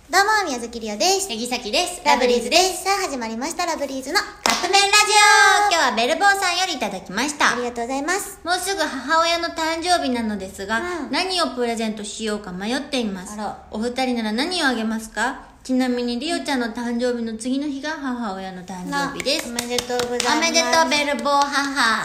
どうも、宮崎りおです。 八木崎です。 ラブリーズです。さあ、始まりました、ラブリーズのカップ麺ラジオ。今日はベルボーさんよりいただきました。 ありがとうございます。 もうすぐ母親の誕生日なのですが、何をプレゼントしようか迷っています。お二人なら何をあげますか？ちなみにりおちゃんの誕生日の次の日が母親の誕生日です。 おめでとうございます。 おめでとう、ベルボー母。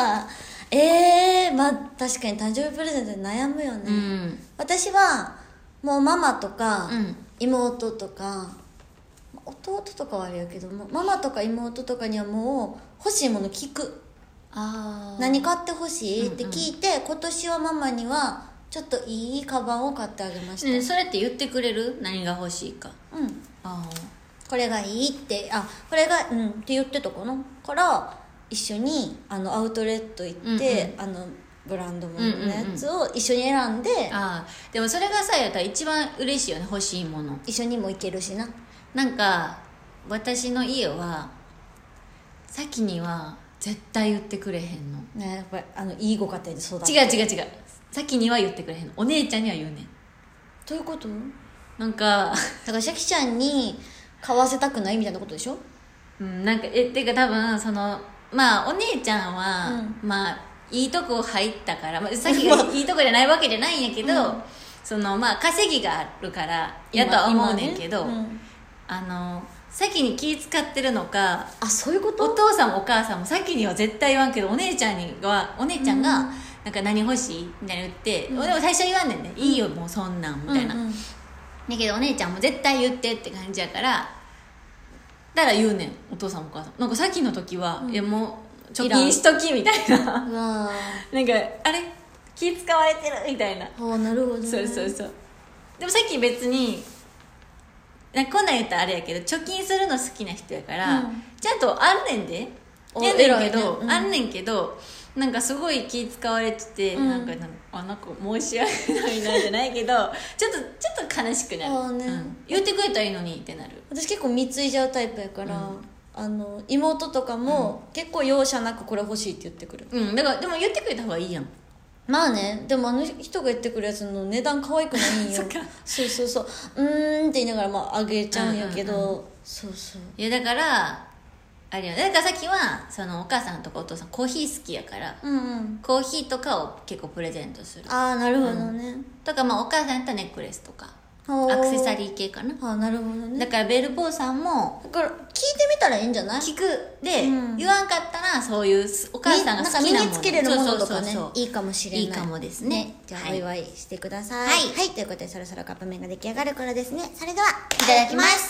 まあ確かに誕生日プレゼントで悩むよね。私はもうママとか、妹とか弟とかはあれやけども、ママとか妹とかにはもう欲しいもの聞く。何買ってほしいって聞いて、今年はママにはちょっといいカバンを買ってあげました。 それって言ってくれる？何が欲しいか。 これがいいってこれがって言ってたかな。から一緒にアウトレット行って、ブランド物のやつを一緒に選んで、 でもそれがさやったら一番嬉しいよね、欲しいもの一緒にも行けるしな。 なんか私の家は先には絶対言ってくれへんのね。やっぱりいいご家庭で育って。 違う先には言ってくれへんの。お姉ちゃんには言うねん。 どういうこと？ なんかだからシャキちゃんに買わせたくないみたいなことでしょ。 なんかていうか多分まあお姉ちゃんは、まあいいとこ入ったから、さっきがいいとこじゃないわけじゃないんやけど、まあ稼ぎがあるからやとは思うねんけど、先に気使ってるのか、 そういうこと？ お父さんもお母さんも先には絶対言わんけど、お姉ちゃんがなんか何欲しいみたいな言って、でも最初言わんねんね、いいよもうそんなんみたいな、だけどお姉ちゃんも絶対言ってって感じやから、だから言うねん、お父さんもお母さん。なんかさっきの時は、いやもう貯金しときみたいななんかあれ気使われてるみたいな。 なるほどね。 そうでもさっき別にこんなん言ったらあれやけど、貯金するの好きな人やから、ちゃんとあんねんでやんねんけど、あんねんけど、なんかすごい気使われてて、なんか申し訳ないなじゃないけどちょっと悲しくなる、言ってくれたらいいのにってなる。 私結構貢いじゃうタイプやから、妹とかも結構容赦なくこれ欲しいって言ってくる。 だからでも言ってくれた方がいいやん。 まあね、でも人が言ってくるやつの値段可愛くないんよ。そうって言いながらあげちゃうんやけど、 いやだからあれよね、だからさっきはお母さんとかお父さんコーヒー好きやから、コーヒーとかを結構プレゼントする。 なるほどね。 とかお母さんやったらネックレスとかアクセサリー系かな。 なるほどね。 だからベルボーさんもだから聞いてみたらいいんじゃない？ 聞くで、言わんかったらそういうお母さんが好きなもの、 身につけれるものとかね、いいかもしれない。 いいかもですね。 じゃあお祝いしてください。はい、ということでそろそろカップ麺が出来上がる頃ですね。それではいただきます。